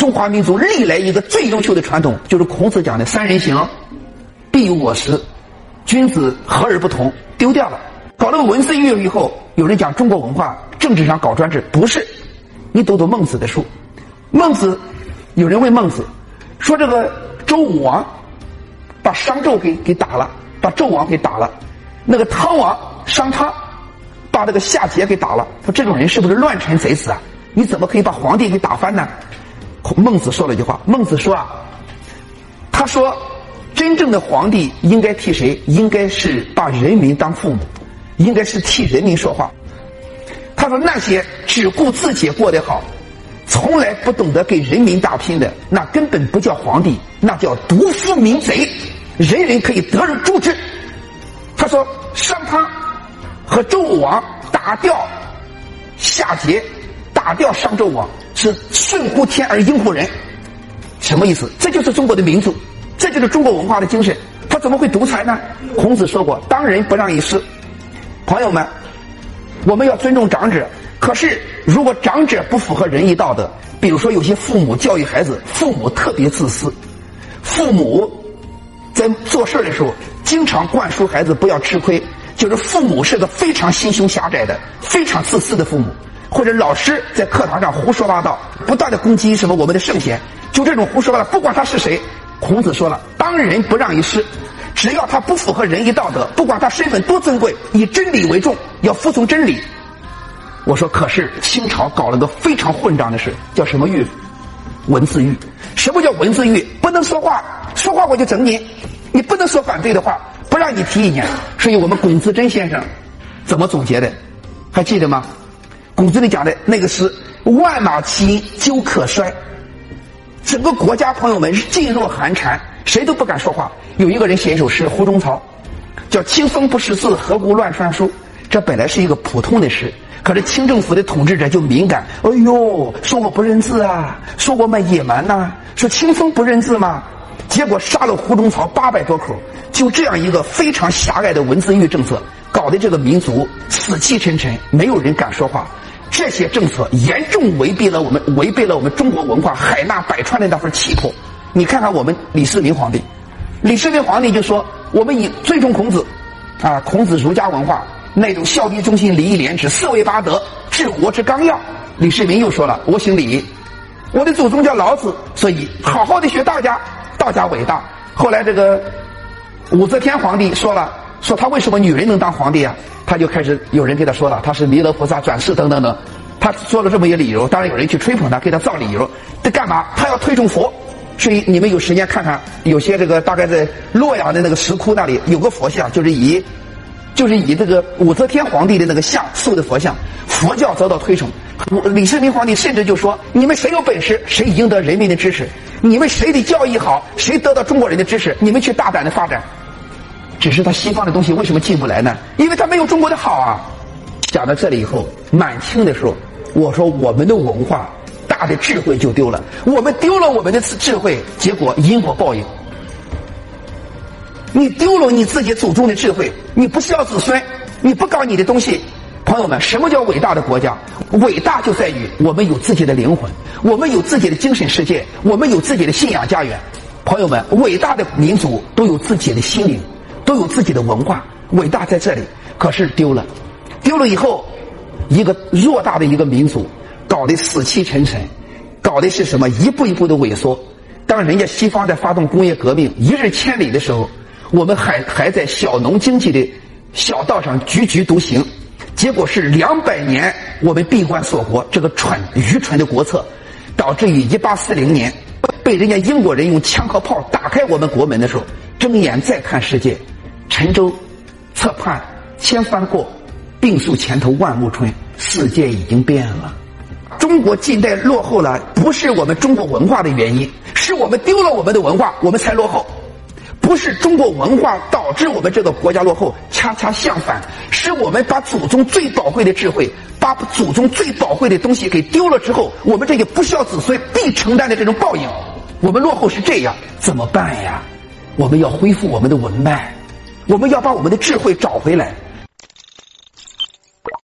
中华民族历来一个最优秀的传统，就是孔子讲的三人行，必有我师，君子和而不同，丢掉了。搞了个文字狱以后，有人讲中国文化政治上搞专制，不是。你读读孟子的书，孟子有人问孟子说，这个周武王把商纣给打了，把纣王给打了，那个汤王商汤把这个夏桀给打了，说这种人是不是乱臣贼子啊？你怎么可以把皇帝给打翻呢？孟子说了一句话，孟子说啊，他说真正的皇帝应该替谁？应该是把人民当父母，应该是替人民说话。他说那些只顾自己过得好，从来不懂得给人民打拼的，那根本不叫皇帝，那叫独夫民贼，人人可以得而诛之。他说商汤和周武王打掉夏桀，打掉商纣王，是顺乎天而应乎人。什么意思？这就是中国的民族，这就是中国文化的精神。他怎么会独裁呢？孔子说过，当仁不让一世。朋友们，我们要尊重长者，可是如果长者不符合仁义道德，比如说有些父母教育孩子，父母特别自私，父母在做事的时候经常灌输孩子不要吃亏，就是父母是个非常心胸狭窄的、非常自私的父母，或者老师在课堂上胡说八道，不断的攻击什么我们的圣贤，就这种胡说八道，不管他是谁，孔子说了，当仁不让一世。只要他不符合仁义道德，不管他身份多尊贵，以真理为重，要服从真理。我说可是清朝搞了个非常混账的事，叫什么狱？文字狱。什么叫文字狱？不能说话，说话我就整你，你不能说反对的话，不让你提意见。所以我们龚自珍先生怎么总结的？还记得吗？龚自珍讲的那个诗，万马齐厩可衰，整个国家朋友们噤若寒蝉，谁都不敢说话。有一个人写一首诗，胡中曹，叫清风不识字，何故乱算书。这本来是一个普通的诗，可是清政府的统治者就敏感，哎呦，说我不认字啊，说我们野蛮呐，说清风不认字吗？结果杀了胡中曹800多口。就这样一个非常狭隘的文字狱政策，搞得这个民族死气沉沉，没有人敢说话。这些政策严重违背了我们中国文化海纳百川的那份气魄。你看看我们李世民皇帝，李世民皇帝就说我们以尊重孔子啊，孔子儒家文化那种孝悌忠信礼义廉耻四维八德治国之纲要。李世民又说了，我姓李，我的祖宗叫老子，所以好好的学道家，道家伟大。后来这个武则天皇帝说了，说他为什么女人能当皇帝啊？他就开始有人给他说了，他是弥勒菩萨转世等等等，他说了这么一个理由。当然有人去吹捧他，给他造理由，这干嘛？他要推崇佛。所以你们有时间看看，有些这个大概在洛阳的那个石窟那里有个佛像，就是以这个武则天皇帝的那个像塑的佛像，佛教遭到推崇。李世民皇帝甚至就说，你们谁有本事谁赢得人民的支持，你们谁的教义好谁得到中国人的支持，你们去大胆的发展。只是他西方的东西为什么进不来呢？因为他没有中国的好啊。讲到这里以后，满清的时候，我说我们的文化大的智慧就丢了，我们丢了我们的智慧，结果因果报应。你丢了你自己祖宗的智慧，你不孝子孙，你不搞你的东西。朋友们，什么叫伟大的国家？伟大就在于我们有自己的灵魂，我们有自己的精神世界，我们有自己的信仰家园。朋友们，伟大的民族都有自己的心灵，都有自己的文化，伟大在这里。可是丢了以后，一个偌大的一个民族搞得死气沉沉，搞的是什么？一步一步的萎缩。当人家西方在发动工业革命一日千里的时候，我们还在小农经济的小道上踽踽独行，结果是200年我们闭关锁国，这个愚蠢的国策导致于1840年被人家英国人用枪和炮打开我们国门的时候，睁眼再看世界，沉舟侧畔千帆过，病树前头万木春，世界已经变了。中国近代落后了，不是我们中国文化的原因，是我们丢了我们的文化，我们才落后。不是中国文化导致我们这个国家落后，恰恰相反，是我们把祖宗最宝贵的智慧，把祖宗最宝贵的东西给丢了之后，我们这些不孝子孙必承担的这种报应。我们落后是这样，怎么办呀？我们要恢复我们的文脉，我们要把我们的智慧找回来。